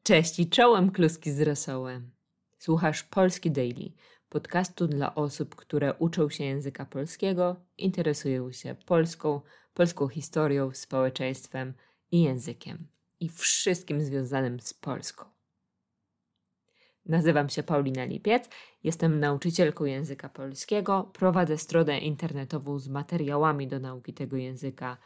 Cześć i czołem kluski z rosołem. Słuchasz Polski Daily, podcastu dla osób, które uczą się języka polskiego, interesują się polską historią, społeczeństwem i językiem i wszystkim związanym z Polską. Nazywam się Paulina Lipiec, jestem nauczycielką języka polskiego, prowadzę stronę internetową z materiałami do nauki tego języka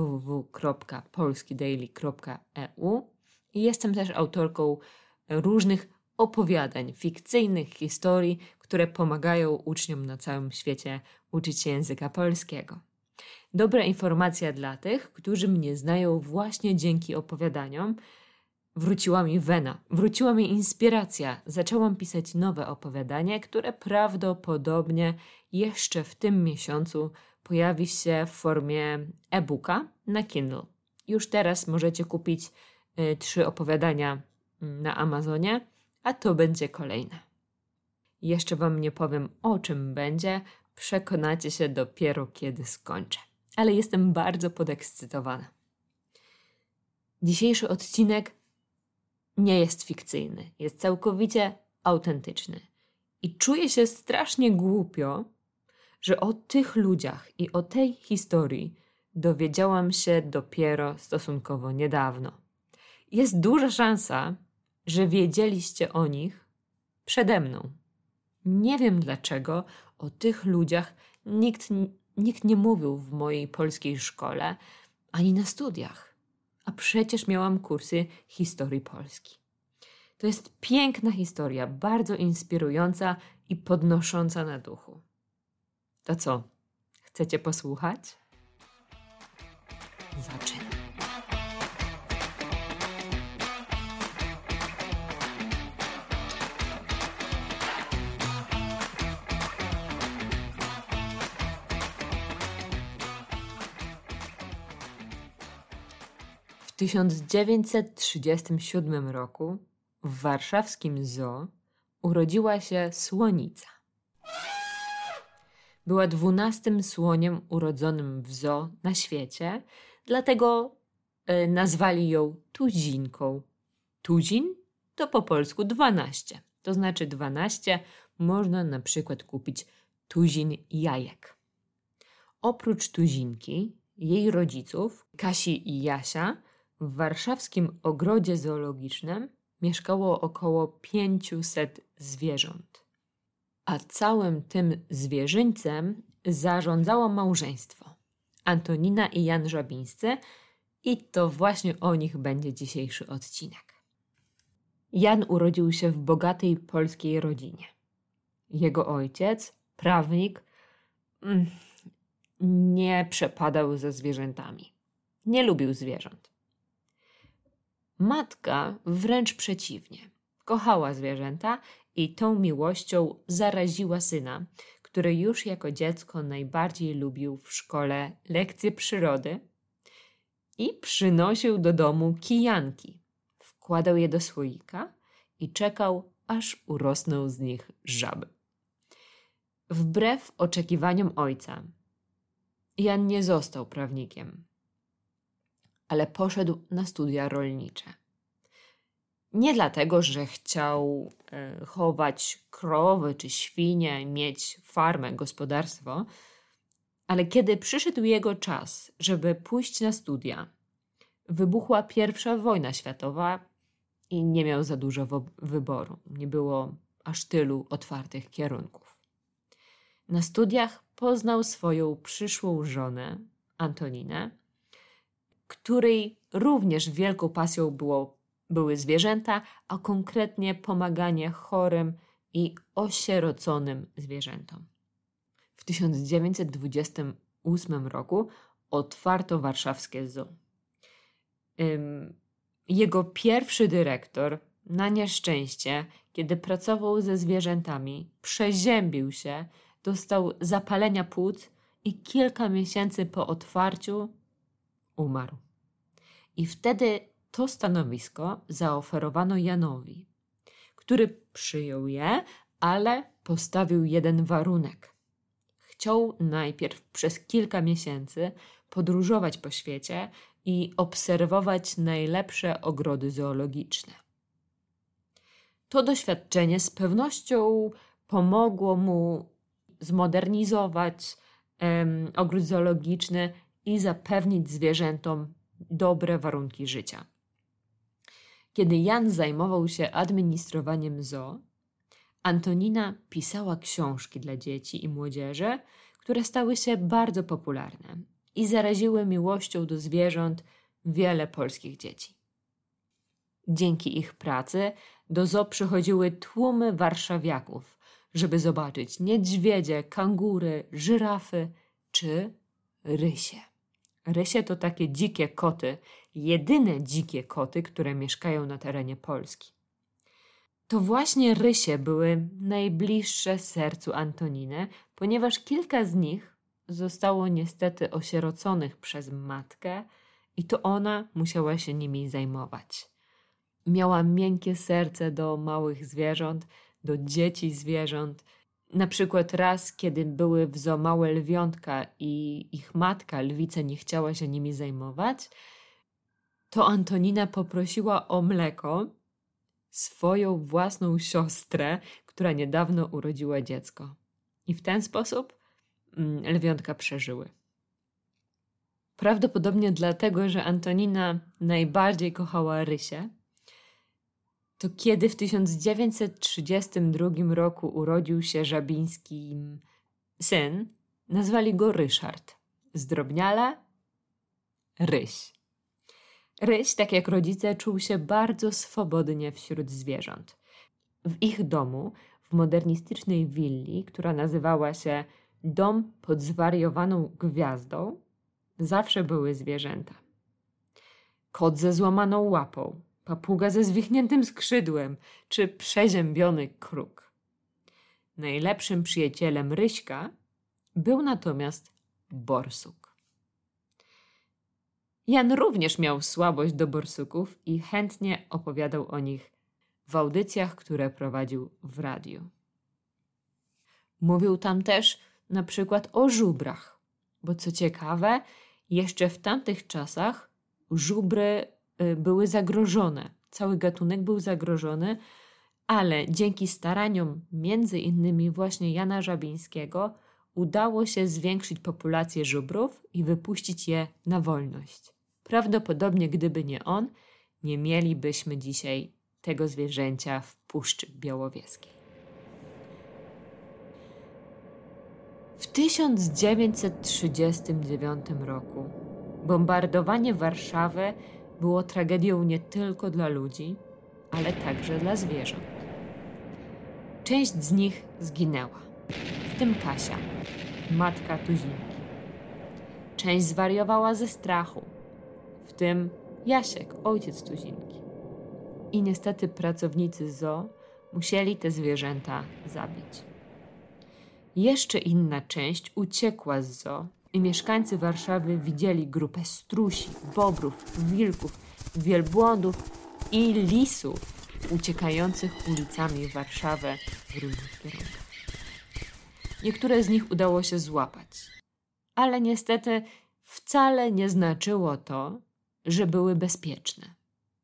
www.polskidaily.eu i jestem też autorką różnych opowiadań, fikcyjnych historii, które pomagają uczniom na całym świecie uczyć się języka polskiego. Dobra informacja dla tych, którzy mnie znają właśnie dzięki opowiadaniom. Wróciła mi wena, wróciła mi inspiracja. Zaczęłam pisać nowe opowiadanie, które prawdopodobnie jeszcze w tym miesiącu pojawi się w formie e-booka na Kindle. Już teraz możecie kupić 3 opowiadania na Amazonie, a to będzie kolejne. Jeszcze wam nie powiem, o czym będzie, przekonacie się dopiero kiedy skończę. Ale jestem bardzo podekscytowana. Dzisiejszy odcinek nie jest fikcyjny, jest całkowicie autentyczny. I czuję się strasznie głupio, że o tych ludziach i o tej historii dowiedziałam się dopiero stosunkowo niedawno. Jest duża szansa, że wiedzieliście o nich przede mną. Nie wiem dlaczego o tych ludziach nikt nie mówił w mojej polskiej szkole ani na studiach. A przecież miałam kursy historii Polski. To jest piękna historia, bardzo inspirująca i podnosząca na duchu. To co? Chcecie posłuchać? Zaczynamy. W 1937 roku w warszawskim zoo urodziła się słonica. Była 12. słoniem urodzonym w zoo na świecie, dlatego nazwali ją tuzinką. Tuzin to po polsku 12, to znaczy 12 można na przykład kupić tuzin jajek. Oprócz tuzinki, jej rodziców, Kasi i Jasia, w warszawskim ogrodzie zoologicznym mieszkało około 500 zwierząt. A całym tym zwierzyńcem zarządzało małżeństwo Antonina i Jan Żabińscy i to właśnie o nich będzie dzisiejszy odcinek. Jan urodził się w bogatej polskiej rodzinie. Jego ojciec, prawnik, nie przepadał ze zwierzętami. Nie lubił zwierząt. Matka wręcz przeciwnie. Kochała zwierzęta i tą miłością zaraziła syna, który już jako dziecko najbardziej lubił w szkole lekcje przyrody i przynosił do domu kijanki. Wkładał je do słoika i czekał, aż urosną z nich żaby. Wbrew oczekiwaniom ojca, Jan nie został prawnikiem, ale poszedł na studia rolnicze. Nie dlatego, że chciał chować krowy czy świnie, mieć farmę, gospodarstwo, ale kiedy przyszedł jego czas, żeby pójść na studia, wybuchła I wojna światowa i nie miał za dużo wyboru. Nie było aż tylu otwartych kierunków. Na studiach poznał swoją przyszłą żonę, Antoninę, której również wielką pasją były zwierzęta, a konkretnie pomaganie chorym i osieroconym zwierzętom. W 1928 roku otwarto warszawskie zoo. Jego pierwszy dyrektor, na nieszczęście, kiedy pracował ze zwierzętami, przeziębił się, dostał zapalenia płuc i kilka miesięcy po otwarciu umarł. I wtedy to stanowisko zaoferowano Janowi, który przyjął je, ale postawił jeden warunek. Chciał najpierw przez kilka miesięcy podróżować po świecie i obserwować najlepsze ogrody zoologiczne. To doświadczenie z pewnością pomogło mu zmodernizować ogród zoologiczny i zapewnić zwierzętom dobre warunki życia. Kiedy Jan zajmował się administrowaniem zoo, Antonina pisała książki dla dzieci i młodzieży, które stały się bardzo popularne i zaraziły miłością do zwierząt wiele polskich dzieci. Dzięki ich pracy do zoo przychodziły tłumy warszawiaków, żeby zobaczyć niedźwiedzie, kangury, żyrafy czy rysie. Rysie to takie dzikie koty, jedyne dzikie koty, które mieszkają na terenie Polski. To właśnie rysie były najbliższe sercu Antoniny, ponieważ kilka z nich zostało niestety osieroconych przez matkę i to ona musiała się nimi zajmować. Miała miękkie serce do małych zwierząt, do dzieci zwierząt. Na przykład raz, kiedy były w zoo małe lwiątka i ich matka, lwica, nie chciała się nimi zajmować, to Antonina poprosiła o mleko swoją własną siostrę, która niedawno urodziła dziecko. I w ten sposób lwiątka przeżyły. Prawdopodobnie dlatego, że Antonina najbardziej kochała rysie, to kiedy w 1932 roku urodził się Żabiński syn, nazwali go Ryszard. Zdrobniale Ryś. Ryś, tak jak rodzice, czuł się bardzo swobodnie wśród zwierząt. W ich domu, w modernistycznej willi, która nazywała się Dom pod zwariowaną gwiazdą, zawsze były zwierzęta. Kot ze złamaną łapą, papuga ze zwichniętym skrzydłem czy przeziębiony kruk. Najlepszym przyjacielem Ryśka był natomiast borsuk. Jan również miał słabość do borsuków i chętnie opowiadał o nich w audycjach, które prowadził w radiu. Mówił tam też na przykład o żubrach, bo co ciekawe, jeszcze w tamtych czasach żubry były zagrożone. Cały gatunek był zagrożony, ale dzięki staraniom między innymi właśnie Jana Żabińskiego udało się zwiększyć populację żubrów i wypuścić je na wolność. Prawdopodobnie gdyby nie on, nie mielibyśmy dzisiaj tego zwierzęcia w Puszczy Białowieskiej. W 1939 roku bombardowanie Warszawy było tragedią nie tylko dla ludzi, ale także dla zwierząt. Część z nich zginęła, w tym Kasia, matka Tuzinki. Część zwariowała ze strachu, w tym Jasiek, ojciec Tuzinki. I niestety pracownicy zoo musieli te zwierzęta zabić. Jeszcze inna część uciekła z zoo i mieszkańcy Warszawy widzieli grupę strusi, bobrów, wilków, wielbłądów i lisów uciekających ulicami Warszawy w różnych kierunkach. Niektóre z nich udało się złapać, ale niestety wcale nie znaczyło to, że były bezpieczne.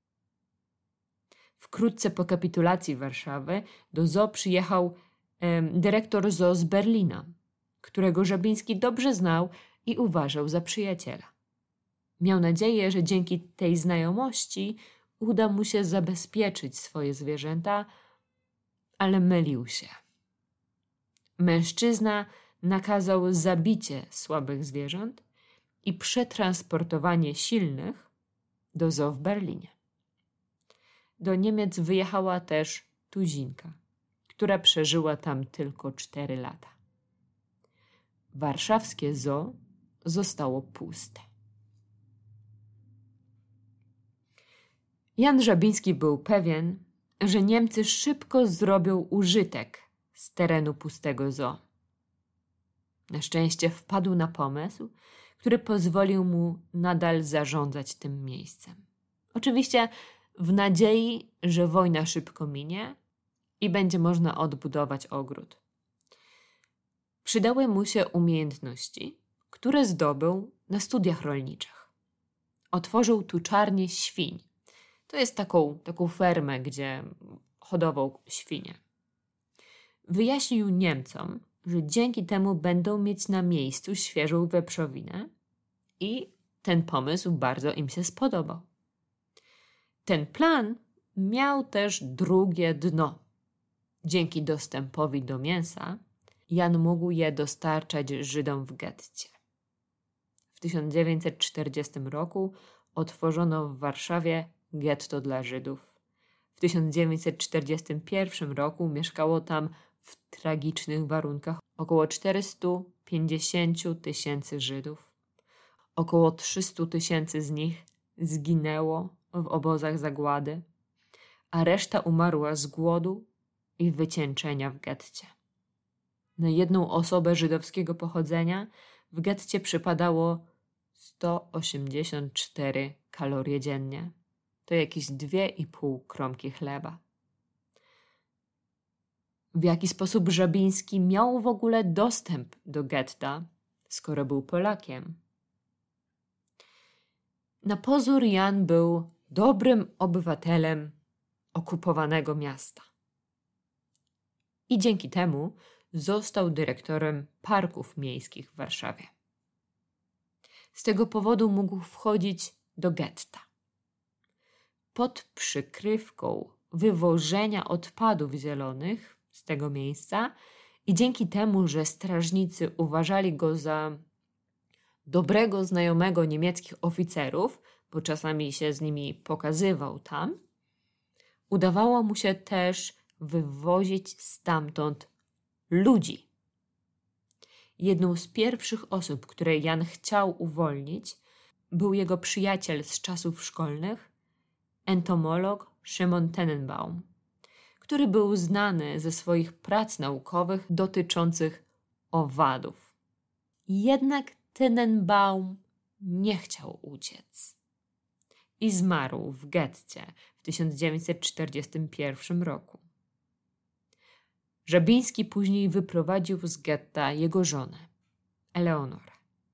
Wkrótce po kapitulacji Warszawy do zoo przyjechał dyrektor zoo z Berlina, którego Żabiński dobrze znał i uważał za przyjaciela. Miał nadzieję, że dzięki tej znajomości uda mu się zabezpieczyć swoje zwierzęta, ale mylił się. Mężczyzna nakazał zabicie słabych zwierząt i przetransportowanie silnych do zoo w Berlinie. Do Niemiec wyjechała też Tuzinka, która przeżyła tam tylko 4 lata. Warszawskie zoo zostało puste. Jan Żabiński był pewien, że Niemcy szybko zrobią użytek z terenu pustego zoo. Na szczęście wpadł na pomysł, który pozwolił mu nadal zarządzać tym miejscem. Oczywiście w nadziei, że wojna szybko minie i będzie można odbudować ogród. Przydały mu się umiejętności, które zdobył na studiach rolniczych. Otworzył tuczarnię świń. To jest taką fermę, gdzie hodował świnie. Wyjaśnił Niemcom, że dzięki temu będą mieć na miejscu świeżą wieprzowinę i ten pomysł bardzo im się spodobał. Ten plan miał też drugie dno. Dzięki dostępowi do mięsa Jan mógł je dostarczać Żydom w getcie. W 1940 roku otworzono w Warszawie getto dla Żydów. W 1941 roku mieszkało tam w tragicznych warunkach około 450 000 Żydów. Około 300 000 z nich zginęło w obozach zagłady, a reszta umarła z głodu i wycieńczenia w getcie. Na jedną osobę żydowskiego pochodzenia w getcie przypadało 184 kalorie dziennie. To jakieś 2,5 kromki chleba. W jaki sposób Żabiński miał w ogóle dostęp do getta, skoro był Polakiem? Na pozór Jan był dobrym obywatelem okupowanego miasta. I dzięki temu został dyrektorem parków miejskich w Warszawie. Z tego powodu mógł wchodzić do getta. Pod przykrywką wywożenia odpadów zielonych z tego miejsca i dzięki temu, że strażnicy uważali go za dobrego znajomego niemieckich oficerów, bo czasami się z nimi pokazywał tam, udawało mu się też wywozić stamtąd ludzi. Jedną z pierwszych osób, które Jan chciał uwolnić, był jego przyjaciel z czasów szkolnych, entomolog Szymon Tenenbaum, który był znany ze swoich prac naukowych dotyczących owadów. Jednak Tenenbaum nie chciał uciec i zmarł w getcie w 1941 roku. Żabiński później wyprowadził z getta jego żonę, Eleonorę.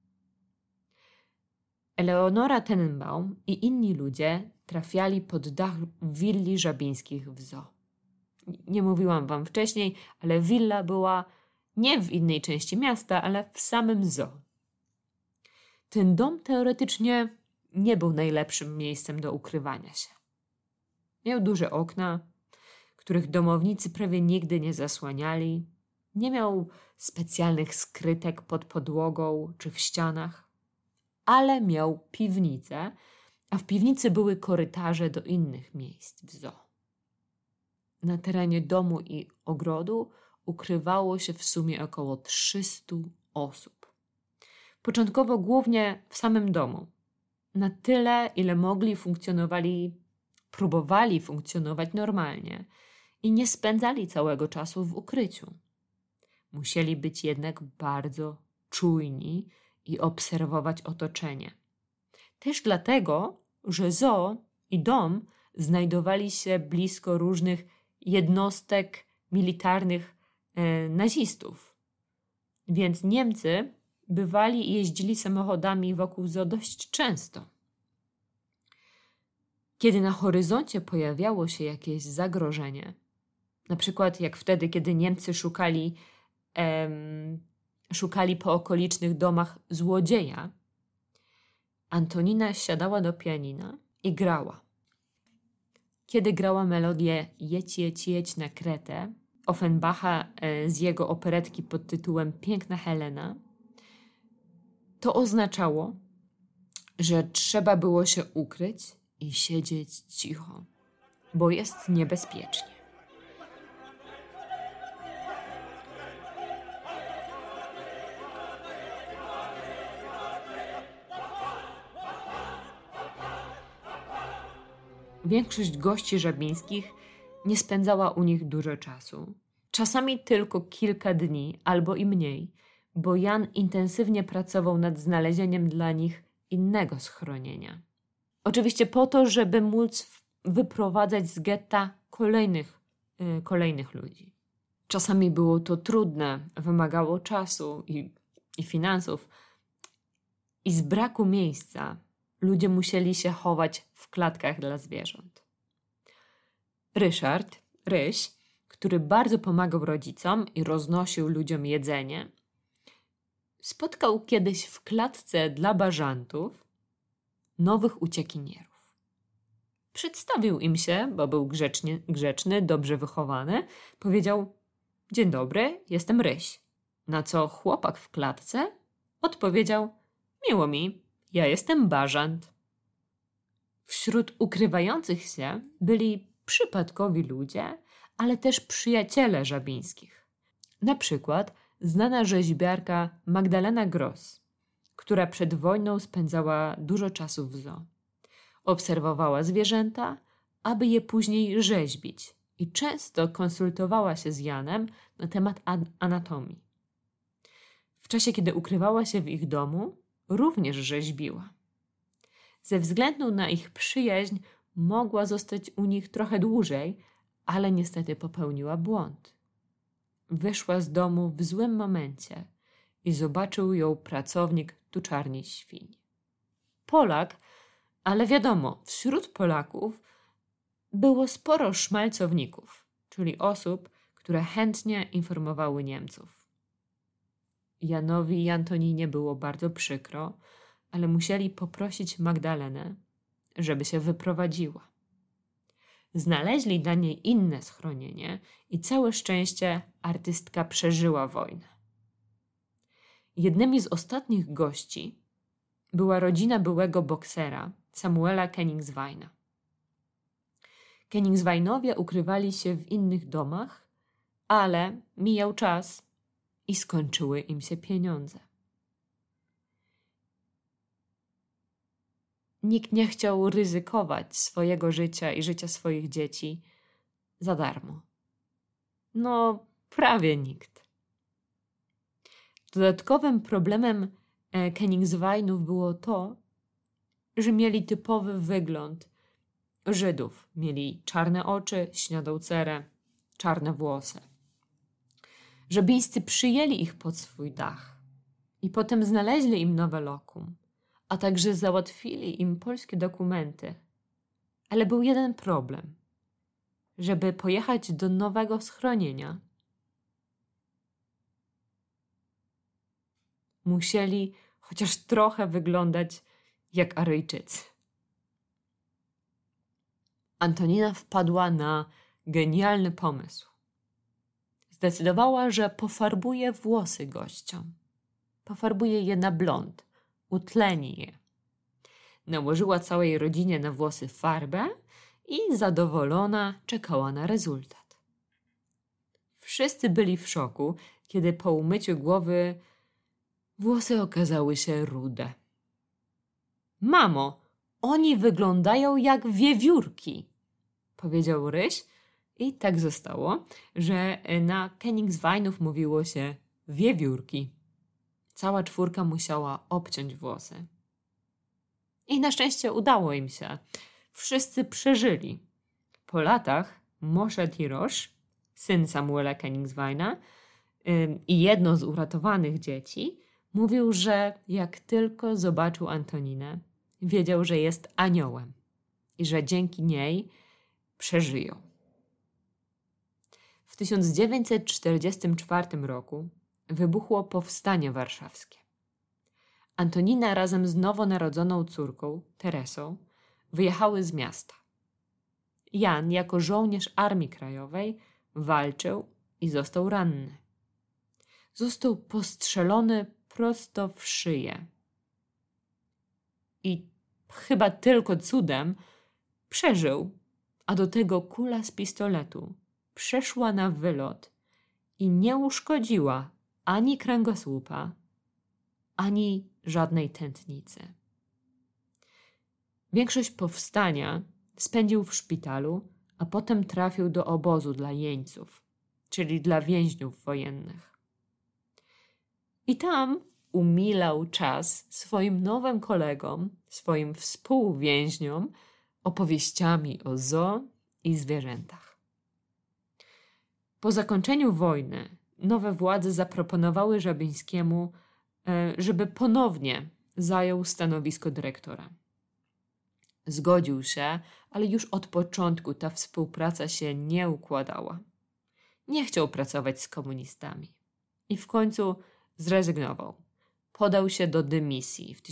Eleonora Tenenbaum i inni ludzie trafiali pod dach willi Żabińskich w zoo. Nie mówiłam wam wcześniej, ale willa była nie w innej części miasta, ale w samym zoo. Ten dom teoretycznie nie był najlepszym miejscem do ukrywania się. Miał duże okna, których domownicy prawie nigdy nie zasłaniali. Nie miał specjalnych skrytek pod podłogą czy w ścianach, ale miał piwnicę, a w piwnicy były korytarze do innych miejsc w zoo. Na terenie domu i ogrodu ukrywało się w sumie około 300 osób. Początkowo głównie w samym domu. Na tyle, ile mogli, próbowali funkcjonować normalnie i nie spędzali całego czasu w ukryciu. Musieli być jednak bardzo czujni i obserwować otoczenie. Też dlatego, że zoo i dom znajdowali się blisko różnych jednostek militarnych nazistów. Więc Niemcy bywali i jeździli samochodami wokół zoo dość często. Kiedy na horyzoncie pojawiało się jakieś zagrożenie, na przykład jak wtedy, kiedy Niemcy szukali po okolicznych domach złodzieja, Antonina siadała do pianina i grała. Kiedy grała melodię Jedź, jedź, jedź na Kretę Offenbacha z jego operetki pod tytułem Piękna Helena, to oznaczało, że trzeba było się ukryć i siedzieć cicho, bo jest niebezpiecznie. Większość gości żabińskich nie spędzała u nich dużo czasu. Czasami tylko kilka dni albo i mniej, bo Jan intensywnie pracował nad znalezieniem dla nich innego schronienia. Oczywiście po to, żeby móc wyprowadzać z getta kolejnych ludzi. Czasami było to trudne, wymagało czasu i finansów. I z braku miejsca ludzie musieli się chować w klatkach dla zwierząt. Ryszard, Ryś, który bardzo pomagał rodzicom i roznosił ludziom jedzenie, spotkał kiedyś w klatce dla bażantów nowych uciekinierów. Przedstawił im się, bo był grzeczny, dobrze wychowany. Powiedział: dzień dobry, jestem Ryś. Na co chłopak w klatce odpowiedział: miło mi, ja jestem bażant. Wśród ukrywających się byli przypadkowi ludzie, ale też przyjaciele Żabińskich. Na przykład znana rzeźbiarka Magdalena Gross, która przed wojną spędzała dużo czasu w zoo. Obserwowała zwierzęta, aby je później rzeźbić i często konsultowała się z Janem na temat anatomii. W czasie, kiedy ukrywała się w ich domu, również rzeźbiła. Ze względu na ich przyjaźń mogła zostać u nich trochę dłużej, ale niestety popełniła błąd. Wyszła z domu w złym momencie i zobaczył ją pracownik tuczarni świń. Polak, ale wiadomo, wśród Polaków było sporo szmalcowników, czyli osób, które chętnie informowały Niemców. Janowi i Antoninie było bardzo przykro, ale musieli poprosić Magdalenę, żeby się wyprowadziła. Znaleźli dla niej inne schronienie i całe szczęście artystka przeżyła wojnę. Jednymi z ostatnich gości była rodzina byłego boksera Samuela Kenningsweina. Kenningsweinowie ukrywali się w innych domach, ale mijał czas i skończyły im się pieniądze. Nikt nie chciał ryzykować swojego życia i życia swoich dzieci za darmo. No, prawie nikt. Dodatkowym problemem Kenningsweinów było to, że mieli typowy wygląd Żydów. Mieli czarne oczy, śniadą cerę, czarne włosy. Żabińscy przyjęli ich pod swój dach i potem znaleźli im nowe lokum, a także załatwili im polskie dokumenty. Ale był jeden problem. Żeby pojechać do nowego schronienia, musieli chociaż trochę wyglądać jak Aryjczycy. Antonina wpadła na genialny pomysł. Zdecydowała, że pofarbuje włosy gościom. Pofarbuje je na blond, utleni je. Nałożyła całej rodzinie na włosy farbę i zadowolona czekała na rezultat. Wszyscy byli w szoku, kiedy po umyciu głowy włosy okazały się rude. Mamo, oni wyglądają jak wiewiórki, powiedział Ryś i tak zostało, że na Kenningsweinów mówiło się wiewiórki. Cała czwórka musiała obciąć włosy. I na szczęście udało im się. Wszyscy przeżyli. Po latach Moshe Tirosh, syn Samuela Kenningsweina i jedno z uratowanych dzieci, mówił, że jak tylko zobaczył Antoninę, wiedział, że jest aniołem i że dzięki niej przeżyją. W 1944 roku wybuchło Powstanie Warszawskie. Antonina razem z nowonarodzoną córką, Teresą, wyjechały z miasta. Jan, jako żołnierz Armii Krajowej, walczył i został ranny. Został postrzelony prosto w szyję. I chyba tylko cudem przeżył, a do tego kula z pistoletu przeszła na wylot i nie uszkodziła ani kręgosłupa, ani żadnej tętnicy. Większość powstania spędził w szpitalu, a potem trafił do obozu dla jeńców, czyli dla więźniów wojennych. I tam umilał czas swoim nowym kolegom, swoim współwięźniom opowieściami o zoo i zwierzętach. Po zakończeniu wojny nowe władze zaproponowały Żabińskiemu, żeby ponownie zajął stanowisko dyrektora. Zgodził się, ale już od początku ta współpraca się nie układała. Nie chciał pracować z komunistami i w końcu zrezygnował. Podał się do dymisji w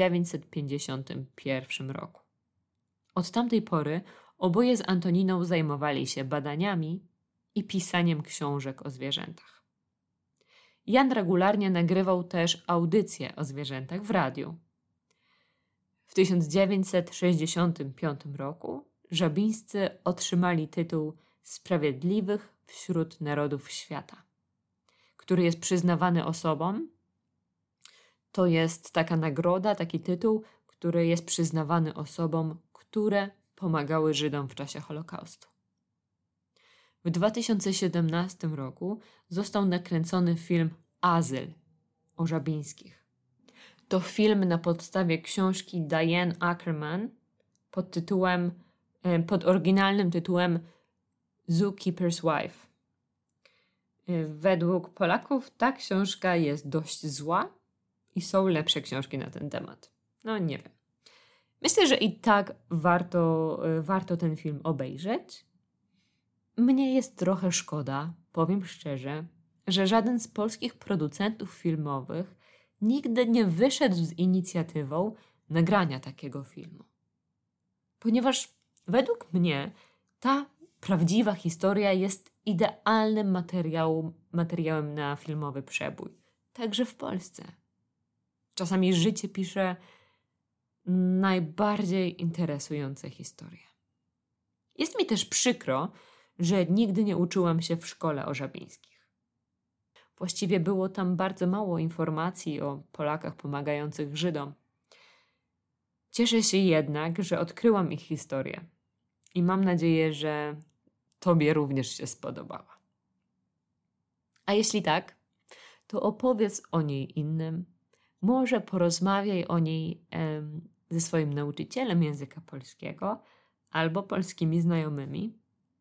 1951 roku. Od tamtej pory oboje z Antoniną zajmowali się badaniami i pisaniem książek o zwierzętach. Jan regularnie nagrywał też audycje o zwierzętach w radiu. W 1965 roku Żabińscy otrzymali tytuł Sprawiedliwych wśród Narodów Świata, który jest przyznawany osobom. To jest taka nagroda, taki tytuł, który jest przyznawany osobom, które pomagały Żydom w czasie Holokaustu. W 2017 roku został nakręcony film Azyl o Żabińskich. To film na podstawie książki Diane Ackerman pod oryginalnym tytułem Zookeeper's Wife. Według Polaków ta książka jest dość zła i są lepsze książki na ten temat. No nie wiem. Myślę, że i tak warto ten film obejrzeć. Mnie jest trochę szkoda, powiem szczerze, że żaden z polskich producentów filmowych nigdy nie wyszedł z inicjatywą nagrania takiego filmu. Ponieważ według mnie ta prawdziwa historia jest idealnym materiałem na filmowy przebój. Także w Polsce. Czasami życie pisze najbardziej interesujące historie. Jest mi też przykro, że nigdy nie uczyłam się w szkole o Żabińskich. Właściwie było tam bardzo mało informacji o Polakach pomagających Żydom. Cieszę się jednak, że odkryłam ich historię i mam nadzieję, że Tobie również się spodobała. A jeśli tak, to opowiedz o niej innym. Może porozmawiaj o niej ze swoim nauczycielem języka polskiego albo polskimi znajomymi.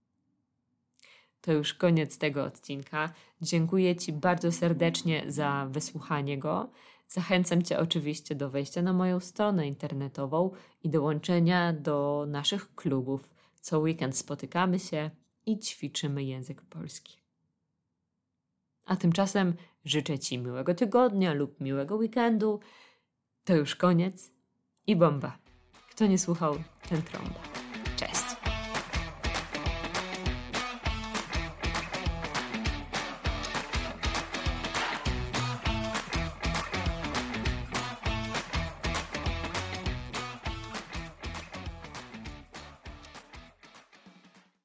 To już koniec tego odcinka. Dziękuję Ci bardzo serdecznie za wysłuchanie go. Zachęcam Cię oczywiście do wejścia na moją stronę internetową i dołączenia do naszych klubów. Co weekend spotykamy się i ćwiczymy język polski. A tymczasem życzę Ci miłego tygodnia lub miłego weekendu. To już koniec i bomba. Kto nie słuchał, ten trąba.